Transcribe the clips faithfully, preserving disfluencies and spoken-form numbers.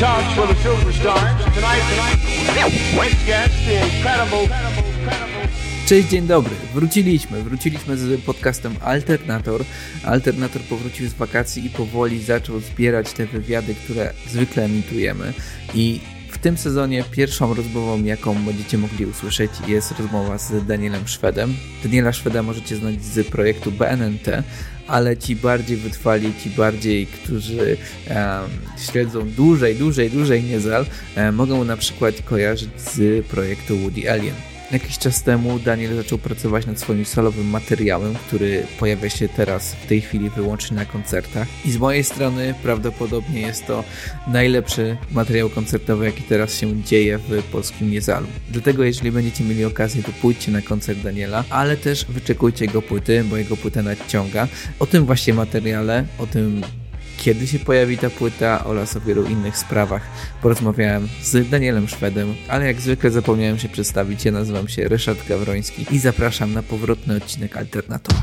guitars for the superstars. Tonight, tonight, guest, the incredible... Cześć, dzień dobry. Wróciliśmy. Wróciliśmy z podcastem Alternator. Alternator powrócił z wakacji i powoli zaczął zbierać te wywiady, które zwykle emitujemy. I w tym sezonie pierwszą rozmową, jaką będziecie mogli usłyszeć, jest rozmowa z Danielem Szwedem. Daniela Szweda możecie znać z projektu B N N T, ale ci bardziej wytrwali, ci bardziej, którzy um, śledzą dłużej, dłużej, dłużej Niezal, um, mogą na przykład kojarzyć z projektu Woody Allen. Jakiś czas temu Daniel zaczął pracować nad swoim solowym materiałem, który pojawia się teraz w tej chwili wyłącznie na koncertach. I z mojej strony prawdopodobnie jest to najlepszy materiał koncertowy, jaki teraz się dzieje w polskim Niezalu. Dlatego jeżeli będziecie mieli okazję, to pójdźcie na koncert Daniela, ale też wyczekujcie jego płyty, bo jego płyta nadciąga. O tym właśnie materiale, o tym kiedy się pojawi ta płyta oraz o wielu innych sprawach porozmawiałem z Danielem Szwedem, ale jak zwykle zapomniałem się przedstawić. Ja nazywam się Ryszard Gawroński i zapraszam na powrotny odcinek Alternatora.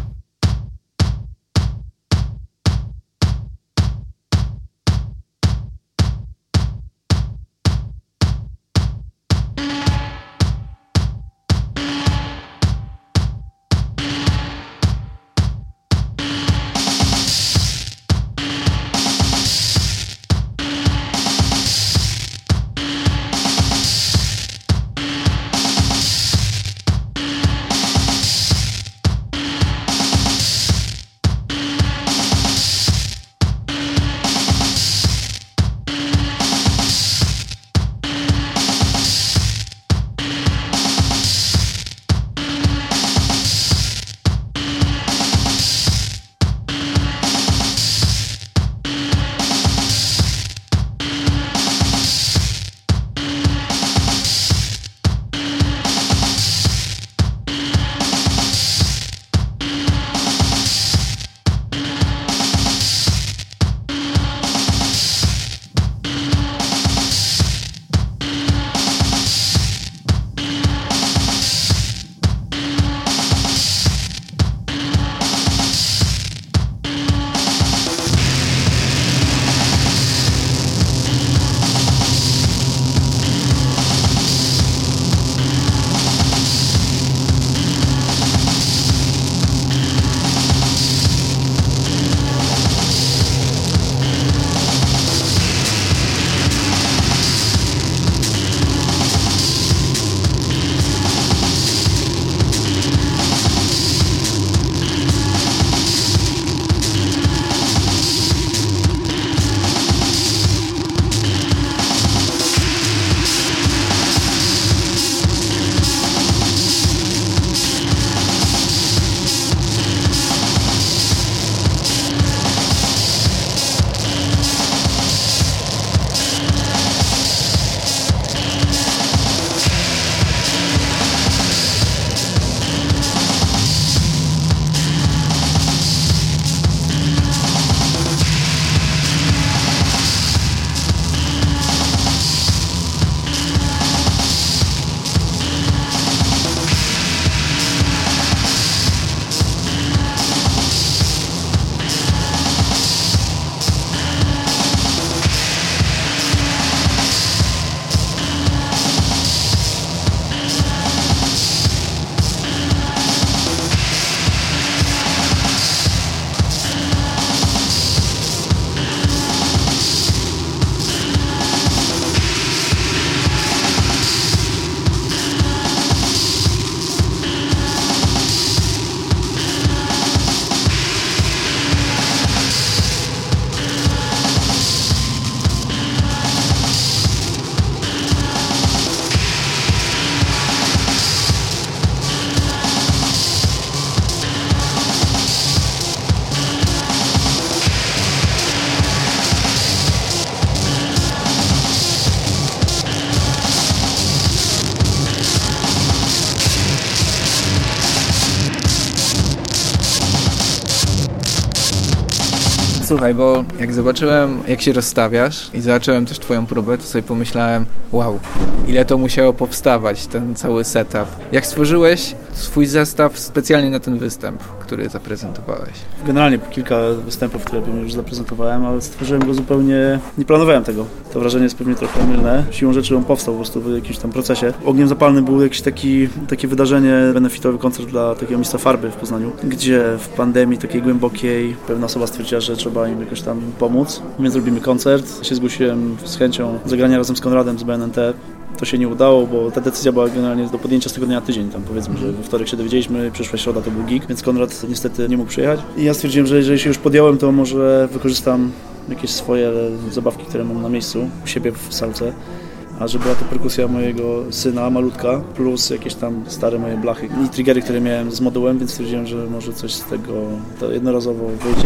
Słuchaj, bo jak zobaczyłem, jak się rozstawiasz i zobaczyłem też twoją próbę, to sobie pomyślałem, wow, ile to musiało powstawać, ten cały setup. Jak stworzyłeś swój zestaw specjalnie na ten występ, który zaprezentowałeś? Generalnie kilka występów, które już zaprezentowałem, ale stworzyłem go zupełnie, nie planowałem tego. To wrażenie jest pewnie trochę mylne. Siłą rzeczy on powstał po prostu w jakimś tam procesie. Ogniem zapalnym był jakieś taki, takie wydarzenie, benefitowy koncert dla takiego mistrza farby w Poznaniu, gdzie w pandemii takiej głębokiej pewna osoba stwierdziła, że trzeba im jakoś tam pomóc, więc robimy koncert. Ja się zgłosiłem z chęcią zagrania razem z Konradem z B N N T. To się nie udało, bo ta decyzja była generalnie do podjęcia z tego dnia na tydzień. Tam powiedzmy, że we wtorek się dowiedzieliśmy, przyszła środa to był gig, więc Konrad niestety nie mógł przyjechać. I ja stwierdziłem, że jeżeli się już podjąłem, to może wykorzystam jakieś swoje zabawki, które mam na miejscu u siebie w salce. A że była to perkusja mojego syna, malutka, plus jakieś tam stare moje blachy i triggery, które miałem z modułem, więc stwierdziłem, że może coś z tego to jednorazowo wyjdzie,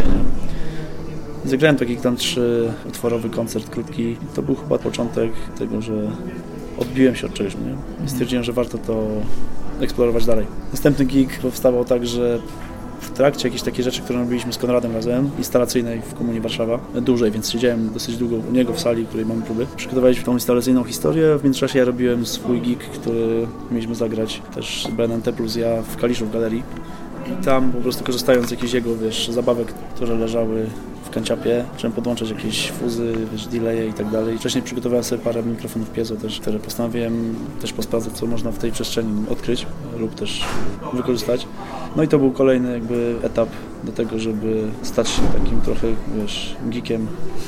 nie? Zagrałem taki tam trzy utworowy koncert krótki. To był chyba początek tego, że odbiłem się od czegoś, nie? I stwierdziłem, że warto to eksplorować dalej. Następny gig powstawał tak, że w trakcie jakieś takie rzeczy, które robiliśmy z Konradem razem, instalacyjnej w Komunii Warszawa, dłużej, więc siedziałem dosyć długo u niego w sali, w której mamy próby. Przygotowaliśmy tą instalacyjną historię, w międzyczasie ja robiłem swój gig, który mieliśmy zagrać też B N N T plus ja w Kaliszu w galerii. I tam po prostu korzystając z jakichś jego, wiesz, zabawek, które leżały w kanciapie, zacząłem podłączać jakieś fuzy, wiesz, delaye i tak dalej. Wcześniej przygotowałem sobie parę mikrofonów piezo też, które postanowiłem też posprawdzać, co można w tej przestrzeni odkryć lub też wykorzystać. No i to był kolejny jakby etap do tego, żeby stać się takim trochę, wiesz, geekiem.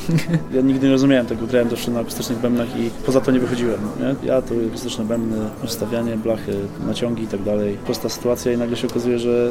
Ja nigdy nie rozumiałem tego, grałem zawsze na akustycznych bębnach i poza to nie wychodziłem, nie? Ja to akustyczne bębny, ustawianie, blachy, naciągi i tak dalej. Prosta sytuacja i nagle się okazuje, że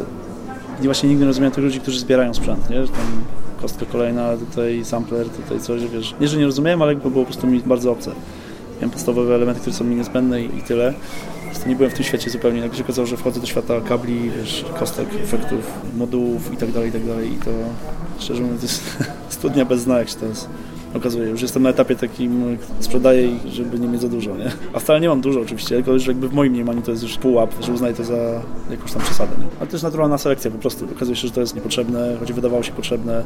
i właśnie nigdy nie rozumiałem tych ludzi, którzy zbierają sprzęt, nie? Że tam kostka kolejna, tutaj sampler, tutaj coś, wiesz. Nie, że nie rozumiałem, ale to było po prostu mi bardzo obce. Miałem podstawowe elementy, które są mi niezbędne i, i tyle. Po prostu nie byłem w tym świecie zupełnie. Nagle się okazało, że wchodzę do świata kabli, wiesz, kostek, efektów, modułów i tak dalej, i tak dalej. I to, szczerze mówiąc, to jest studnia bez dna, jak się teraz okazuje. Już jestem na etapie takim, sprzedaję ich, żeby nie mieć za dużo, nie? A wcale nie mam dużo oczywiście, tylko już jakby w moim mniemaniu to jest już pułap, że uznaję to za jakąś tam przesadę, nie? Ale to jest naturalna selekcja po prostu. Okazuje się, że to jest niepotrzebne, choć wydawało się potrzebne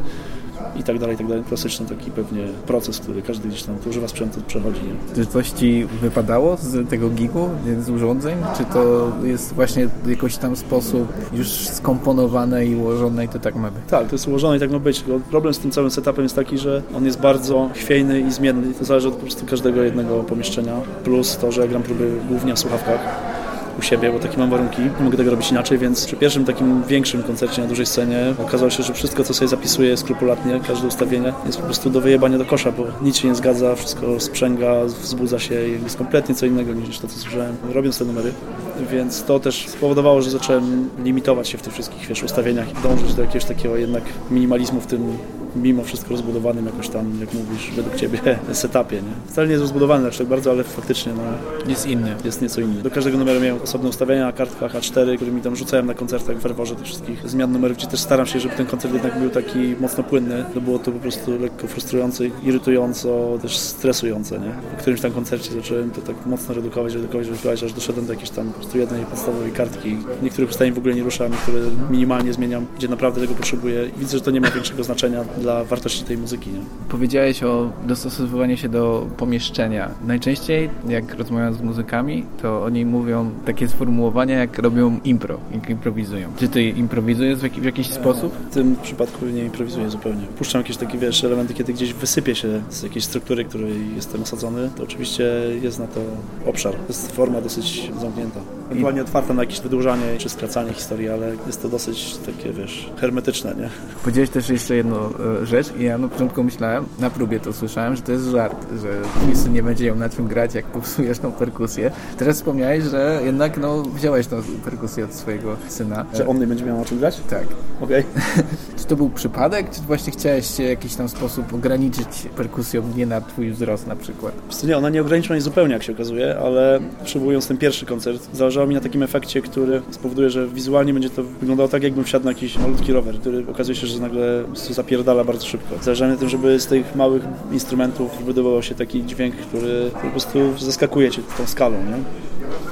i tak dalej, i tak dalej. Klasyczny taki pewnie proces, który każdy gdzieś tam, kto używa sprzętu, przechodzi, nie? Czy coś ci wypadało z tego gigu, z urządzeń? Czy to jest właśnie w jakiś tam sposób już skomponowane i ułożone i to tak ma być? Tak, to jest ułożone i tak ma być. Tylko problem z tym całym setupem jest taki, że on jest bardzo chwiejny i zmienny. To zależy od po prostu każdego jednego pomieszczenia. Plus to, że ja gram próby głównie w słuchawkach u siebie, bo takie mam warunki. Nie mogę tego robić inaczej, więc przy pierwszym takim większym koncercie na dużej scenie okazało się, że wszystko, co sobie zapisuję skrupulatnie, każde ustawienie jest po prostu do wyjebania do kosza, bo nic się nie zgadza, wszystko sprzęga, wzbudza się i jest kompletnie co innego niż to, co słyszałem, robiąc te numery. Więc to też spowodowało, że zacząłem limitować się w tych wszystkich, wiesz, ustawieniach i dążyć do jakiegoś takiego jednak minimalizmu w tym mimo wszystko rozbudowanym jakoś tam, jak mówisz, według Ciebie setupie, nie? Wcale nie jest rozbudowany aż tak bardzo, ale faktycznie no, jest inny. Jest nieco inny. Do każdego numeru miałem osobne ustawienia na kartkach A cztery, które mi tam rzucałem na koncertach w Ferworze tych wszystkich zmian numerów, gdzie też staram się, żeby ten koncert jednak był taki mocno płynny. To było to po prostu lekko frustrujące, irytująco, też stresujące, nie? Po którymś tam koncercie zacząłem to tak mocno redukować, redukować, redukować, aż doszedłem do jakiejś tam po prostu jednej podstawowej kartki. Niektórych ustawień w ogóle nie ruszam, niektóre minimalnie zmieniam, gdzie naprawdę tego potrzebuję. I widzę, że to nie ma większego znaczenia dla wartości tej muzyki, nie? Powiedziałeś o dostosowywaniu się do pomieszczenia. Najczęściej, jak rozmawiam z muzykami, to oni mówią takie sformułowania, jak robią impro, jak improwizują. Czy ty improwizujesz w, jak, w jakiś sposób? W tym przypadku nie improwizuję zupełnie. Puszczam jakieś takie, wiesz, elementy, kiedy gdzieś wysypię się z jakiejś struktury, której jestem osadzony, to oczywiście jest na to obszar. To jest forma dosyć zamknięta. Ewentualnie otwarta na jakieś wydłużanie czy skracanie historii, ale jest to dosyć takie, wiesz, hermetyczne, nie? Powiedziałeś też jeszcze jedną e, rzecz i ja na początku myślałem, na próbie to słyszałem, że to jest żart, że twój syn nie będzie miał na czym grać, jak popsujesz tą perkusję. Teraz wspomniałeś, że jednak no, wziąłeś tą perkusję od swojego syna. Że on nie będzie miał na czym grać? Tak. Okej. Okay. Czy to był przypadek, czy właśnie chciałeś w jakiś tam sposób ograniczyć perkusją nie na twój wzrost na przykład? Nie, ona nie ogranicza mnie zupełnie, jak się okazuje, ale przywołując ten pierwszy koncert, zależało mi na takim efekcie, który spowoduje, że wizualnie będzie to wyglądało tak, jakbym wsiadł na jakiś malutki rower, który okazuje się, że nagle zapierdala bardzo szybko. Zależało mi na tym, żeby z tych małych instrumentów wydobywał się taki dźwięk, który po prostu zaskakuje cię tą skalą, nie?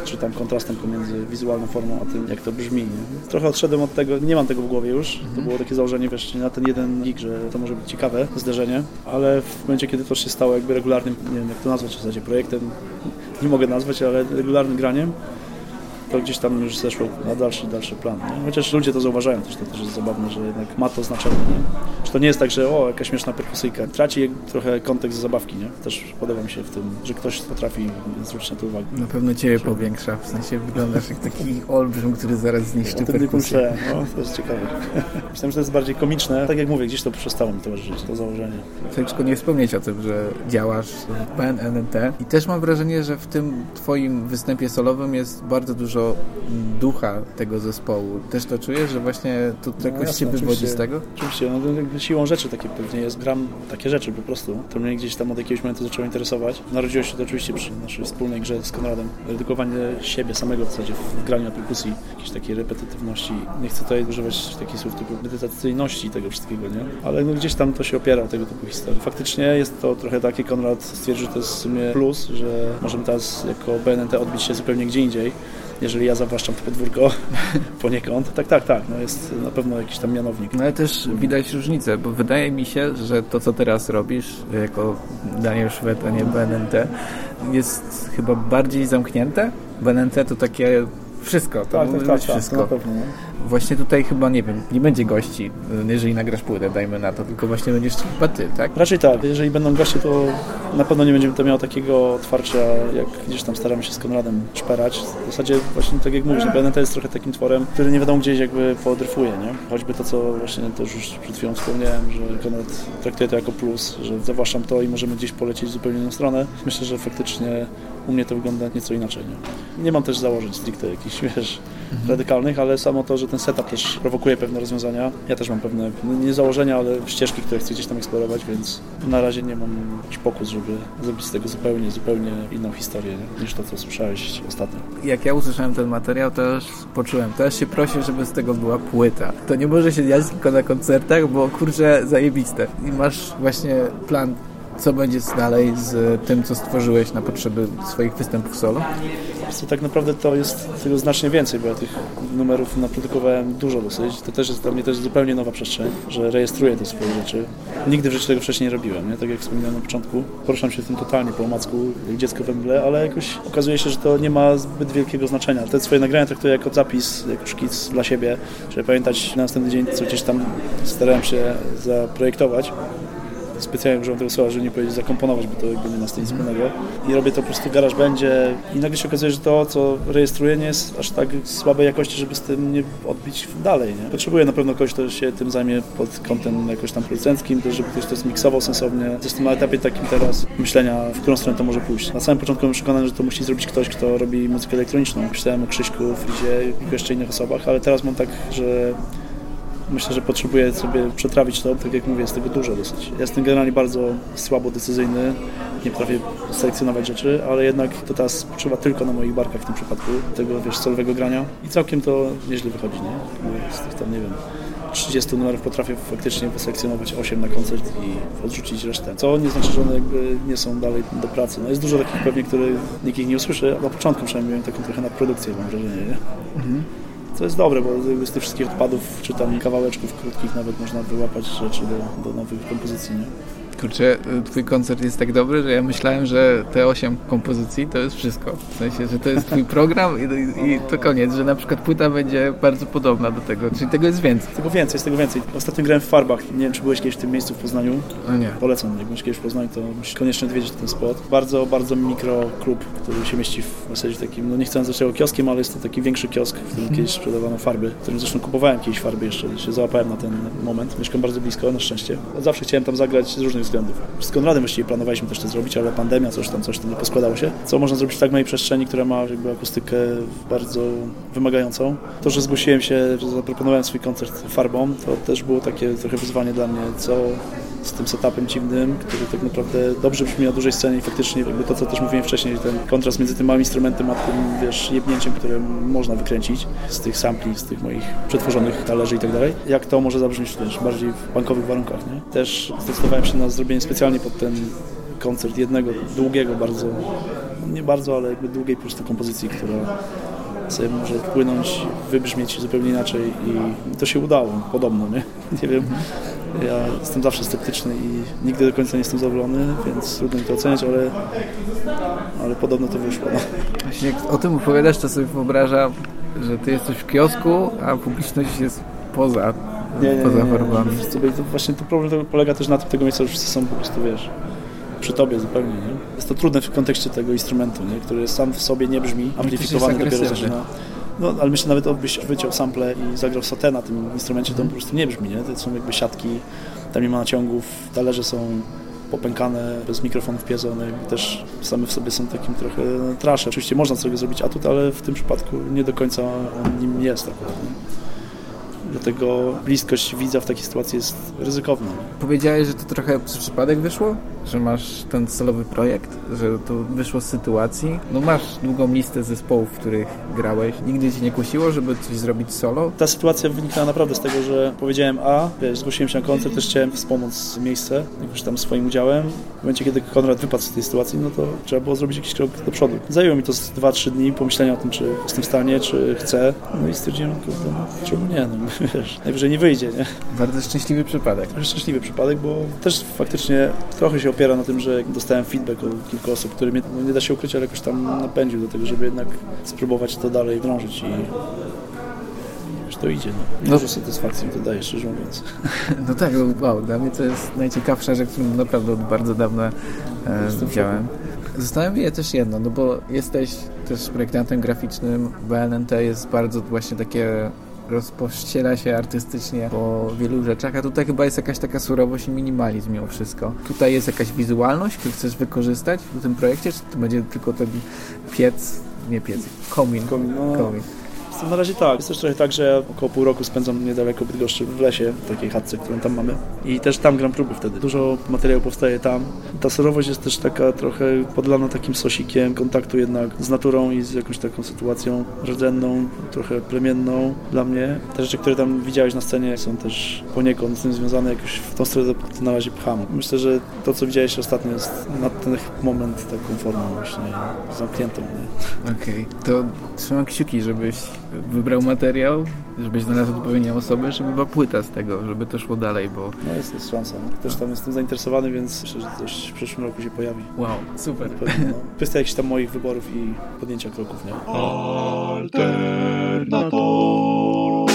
czy tam kontrastem pomiędzy wizualną formą a tym, jak to brzmi. Nie? Trochę odszedłem od tego, nie mam tego w głowie już, to było takie założenie wiesz, na ten jeden gig, że to może być ciekawe zderzenie, ale w momencie, kiedy to się stało jakby regularnym, nie wiem jak to nazwać w zasadzie, projektem, nie mogę nazwać, ale regularnym graniem, to gdzieś tam już zeszło na dalszy, dalszy plan. Nie? Chociaż ludzie to zauważają, też to też jest zabawne, że jednak ma to znaczenie. Nie? Że to nie jest tak, że o, jaka śmieszna perkusyjka. Traci trochę kontekst zabawki, nie? Też podoba mi się w tym, że ktoś potrafi zwrócić na to uwagę. Na pewno Ciebie powiększa, w sensie wyglądasz jak taki olbrzym, który zaraz zniszczy perkusję. No, to jest ciekawe. Myślałem, że to jest bardziej komiczne. Tak jak mówię, gdzieś to przestało mi towarzyszyć, to założenie. Tylko nie wspomnieć o tym, że działasz w B N N T i też mam wrażenie, że w tym Twoim występie solowym jest bardzo dużo ducha tego zespołu. Też to czujesz, że właśnie to no, jakoś jasne, się wywodzi z tego? Oczywiście, no, siłą rzeczy takie pewnie jest, gram takie rzeczy po prostu. To mnie gdzieś tam od jakiegoś momentu zaczęło interesować. Narodziło się to oczywiście przy naszej wspólnej grze z Konradem. Redukowanie siebie samego w zasadzie w graniu na perkusji, jakiejś takiej repetytywności. Nie chcę tutaj używać takich słów typu medytacyjności tego wszystkiego, nie? Ale no, gdzieś tam to się opiera o tego typu historii. Faktycznie jest to trochę takie, Konrad stwierdził, że to jest w sumie plus, że możemy teraz jako B N N T odbić się zupełnie gdzie indziej. Jeżeli ja zawłaszczam to podwórko poniekąd, tak, tak, tak, no jest na pewno jakiś tam mianownik. No ale też widać różnicę, bo wydaje mi się, że to, co teraz robisz jako Daniel Szwed, a nie B N N T, jest chyba bardziej zamknięte. B N N T to takie wszystko, to tak, może tak, być tak, wszystko. Tak, na pewno, no. Właśnie tutaj chyba, nie wiem, nie będzie gości, jeżeli nagrasz płytę, dajmy na to, tylko właśnie będziesz chyba ty, tak? Raczej tak. Jeżeli będą goście, to na pewno nie będziemy to miało takiego otwarcia, jak gdzieś tam staramy się z Konradem szperać. W zasadzie właśnie tak jak mówisz, B N N T jest trochę takim tworem, który nie wiadomo gdzieś jakby podryfuje, nie? Choćby to, co właśnie też już przed chwilą wspomniałem, że Konrad traktuje to jako plus, że zawłaszczam to i możemy gdzieś polecieć zupełnie inną stronę. Myślę, że faktycznie u mnie to wygląda nieco inaczej, nie? Nie mam też założeń stricte jakichś, wiesz, mhm. radykalnych, ale samo to, że ten setup też prowokuje pewne rozwiązania. Ja też mam pewne, nie założenia, ale ścieżki, które chcę gdzieś tam eksplorować, więc na razie nie mam jakiś pokus, żeby zrobić z tego zupełnie, zupełnie inną historię, nie? Niż to, co słyszałeś ostatnio. Jak ja usłyszałem ten materiał, to już poczułem, to aż się prosił, żeby z tego była płyta. To nie może się dziać tylko na koncertach, bo kurczę, zajebiste. I masz właśnie plan, co będzie dalej z tym, co stworzyłeś na potrzeby swoich występów solo? To tak naprawdę to jest tego znacznie więcej, bo ja tych numerów naprodukowałem dużo dosyć. To też jest dla mnie też zupełnie nowa przestrzeń, że rejestruję te swoje rzeczy. Nigdy w życiu tego wcześniej nie robiłem, nie? Tak jak wspominałem na początku. Poruszam się w tym totalnie po omacku, jak dziecko we mgle, ale jakoś okazuje się, że to nie ma zbyt wielkiego znaczenia. Te swoje nagrania traktuję jako zapis, jako szkic dla siebie, żeby pamiętać na następny dzień, co gdzieś tam starałem się zaprojektować. Specjalnie używam tego słowa, żeby nie powiedzieć zakomponować, bo to jakby nie ma z tym nic wspólnego. I robię to po prostu w GarageBandzie i nagle się okazuje, że to, co rejestruję, nie jest aż tak słabej jakości, żeby z tym nie odbić dalej. Nie? Potrzebuję na pewno kogoś, kto się tym zajmie pod kątem jakoś tam producenckim, też żeby ktoś to zmiksował sensownie. Jestem na etapie takim teraz myślenia, w którą stronę to może pójść. Na samym początku byłem przekonany, że to musi zrobić ktoś, kto robi muzykę elektroniczną. Myślałem o Krzyśku, Frizie i jeszcze innych osobach, ale teraz mam tak, że myślę, że potrzebuję sobie przetrawić to, tak jak mówię, jest tego dużo dosyć. Jestem generalnie bardzo słabo decyzyjny, nie potrafię selekcjonować rzeczy, ale jednak to teraz spoczywa tylko na moich barkach w tym przypadku, tego, wiesz, solowego grania i całkiem to nieźle wychodzi, nie? Z tych tam, nie wiem, trzydziestu numerów potrafię faktycznie wyselekcjonować osiem na koncert i odrzucić resztę, co nie znaczy, że one jakby nie są dalej do pracy. No jest dużo takich pewnie, które nikt ich nie usłyszy, a na początku przynajmniej miałem taką trochę nadprodukcję, mam wrażenie, nie? Mhm. To jest dobre, bo z tych wszystkich odpadów, czy tam kawałeczków krótkich nawet można wyłapać rzeczy do, do nowych kompozycji, nie? Kurczę, twój koncert jest tak dobry, że ja myślałem, że te osiem kompozycji to jest wszystko. W sensie, że to jest twój program i, i to koniec, że na przykład płyta będzie bardzo podobna do tego, czyli tego jest więcej. Tego więcej, jest tego więcej. Ostatnio grałem w Farbach, nie wiem, czy byłeś kiedyś w tym miejscu w Poznaniu. No nie. Polecam, jak byłeś kiedyś w Poznaniu, to musisz koniecznie odwiedzić ten spot. Bardzo, bardzo mikro klub, który się mieści w zasadzie takim, no nie chcę nazwać tego kioskiem, ale jest to taki większy kiosk, w którym kiedyś sprzedawano farby, w którym zresztą kupowałem kiedyś farby jeszcze, się załapałem na ten moment. Mieszkam bardzo blisko, na szczęście. Od zawsze chciałem tam zagrać z różnych względów. Z Konradem właściwie planowaliśmy też to zrobić, ale pandemia, coś tam, coś tam nie poskładało się. Co można zrobić w tak małej przestrzeni, która ma jakby akustykę bardzo wymagającą. To, że zgłosiłem się, że zaproponowałem swój koncert farbą, to też było takie trochę wyzwanie dla mnie, co z tym setupem dziwnym, który tak naprawdę dobrze brzmi na dużej scenie i faktycznie jakby to, co też mówiłem wcześniej, ten kontrast między tym małym instrumentem a tym, wiesz, jebnięciem, które można wykręcić z tych sampli, z tych moich przetworzonych talerzy i tak dalej. Jak to może zabrzmieć też bardziej w bankowych warunkach, nie? Też zdecydowałem się na zrobienie specjalnie pod ten koncert jednego, długiego bardzo nie bardzo, ale jakby długiej po prostu kompozycji, która sobie może wpłynąć, wybrzmieć zupełnie inaczej i to się udało, podobno, nie? Nie wiem, ja jestem zawsze sceptyczny i nigdy do końca nie jestem zadowolony, więc trudno mi to oceniać, ale, ale podobno to wyszło. No. Właśnie jak o tym opowiadasz, to sobie wyobrażam, że ty jesteś w kiosku, a publiczność jest poza, nie, nie, poza nie, nie, farbami. nie. To właśnie to problem polega też na tym, tego miejsca, że wszyscy są po prostu, wiesz, przy tobie zupełnie, nie? Jest to trudne w kontekście tego instrumentu, nie? Który sam w sobie nie brzmi, amplifikowany dopiero zaczyna. No, ale myślę, nawet odbyś wyciął sample i zagrał satę na tym instrumencie, to on po prostu nie brzmi, nie? To są jakby siatki, tam nie ma naciągów, talerze są popękane, bez mikrofonów piezo, one jakby też same w sobie są takim trochę traszem. Oczywiście można z tego zrobić atut, ale w tym przypadku nie do końca on nim jest akurat, nie? Dlatego bliskość widza w takiej sytuacji jest ryzykowna. Powiedziałeś, że to trochę przez przypadek wyszło? Że masz ten solowy projekt? Że to wyszło z sytuacji? No masz długą listę zespołów, w których grałeś. Nigdy cię nie kusiło, żeby coś zrobić solo? Ta sytuacja wyniknęła naprawdę z tego, że powiedziałem A, wiesz, zgłosiłem się na koncert, też chciałem wspomóc miejsce, jakoś tam swoim udziałem. W momencie, kiedy Konrad wypadł z tej sytuacji, no to trzeba było zrobić jakiś krok do przodu. Zajęło mi to z dwa trzy dni pomyślenia o tym, czy jestem w stanie, czy chcę. No i stwierdziłem, kurde, no, czemu nie? No, wiesz, najwyżej nie wyjdzie, nie? Bardzo szczęśliwy przypadek. Bardzo szczęśliwy przypadek, bo też faktycznie trochę się opiera na tym, że dostałem feedback od kilku osób, który mnie, no nie da się ukryć, ale jakoś tam napędził do tego, żeby jednak spróbować to dalej drążyć i już to idzie. No. Dużo satysfakcji mi to daje, szczerze mówiąc. No tak, wow, dla mnie to jest najciekawsza rzecz, którą naprawdę od bardzo dawna e, widziałem. Zastanawiam mnie też jedno, no bo jesteś też projektantem graficznym, B N N T jest bardzo właśnie takie, rozpościera się artystycznie po wielu rzeczach, a tutaj chyba jest jakaś taka surowość i minimalizm mimo wszystko. Tutaj jest jakaś wizualność, którą chcesz wykorzystać w tym projekcie, czy to będzie tylko ten piec, nie piec, komin? Komin, no. komin. Na razie tak. Jest też trochę tak, że ja około pół roku spędzam niedaleko Bydgoszczy w lesie, w takiej chatce, którą tam mamy. I też tam gram próby wtedy. Dużo materiału powstaje tam. Ta surowość jest też taka trochę podlana takim sosikiem kontaktu jednak z naturą i z jakąś taką sytuacją rdzenną, trochę plemienną dla mnie. Te rzeczy, które tam widziałeś na scenie, są też poniekąd z tym związane, jakoś w tą stronę to na razie pcham. Myślę, że to, co widziałeś ostatnio, jest na ten moment taką formą właśnie zamkniętą. Okej, okay. To trzymam kciuki, żebyś wybrał materiał, żebyś znalazł odpowiednią osobę, żeby była płyta z tego, żeby to szło dalej, bo... No jest, jest szansa. Też tam jestem zainteresowany, więc myślę, że coś w przyszłym roku się pojawi. Wow, super. Pewnie, no. Kwestia jakichś tam moich wyborów i podjęcia kroków, nie? Alternator.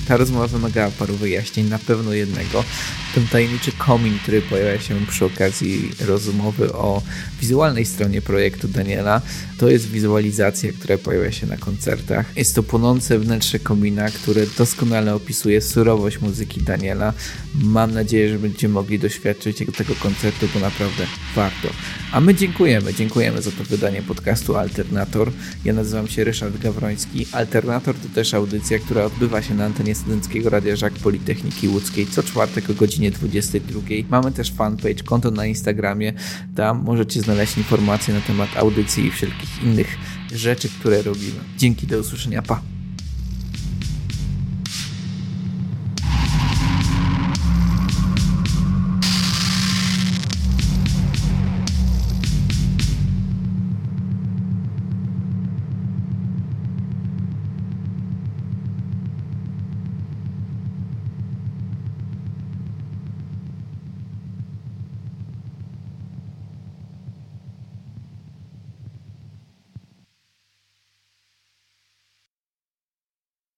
Ta rozmowa wymagała paru wyjaśnień, na pewno jednego. Ten tajemniczy komin, który pojawia się przy okazji rozmowy o wizualnej stronie projektu Daniela, to jest wizualizacja, która pojawia się na koncertach. Jest to płonące wnętrze komina, które doskonale opisuje surowość muzyki Daniela. Mam nadzieję, że będziecie mogli doświadczyć tego koncertu, bo naprawdę warto. A my dziękujemy, dziękujemy za to wydanie podcastu Alternator. Ja nazywam się Ryszard Gawroński. Alternator to też audycja, która odbywa się na antenie Studenckiego Radia Żak Politechniki Łódzkiej co czwartek o godzinie dwudziestej drugiej. Mamy też fanpage, konto na Instagramie. Tam możecie znaleźć informacje na temat audycji i wszelkich innych rzeczy, które robimy. Dzięki, do usłyszenia, pa!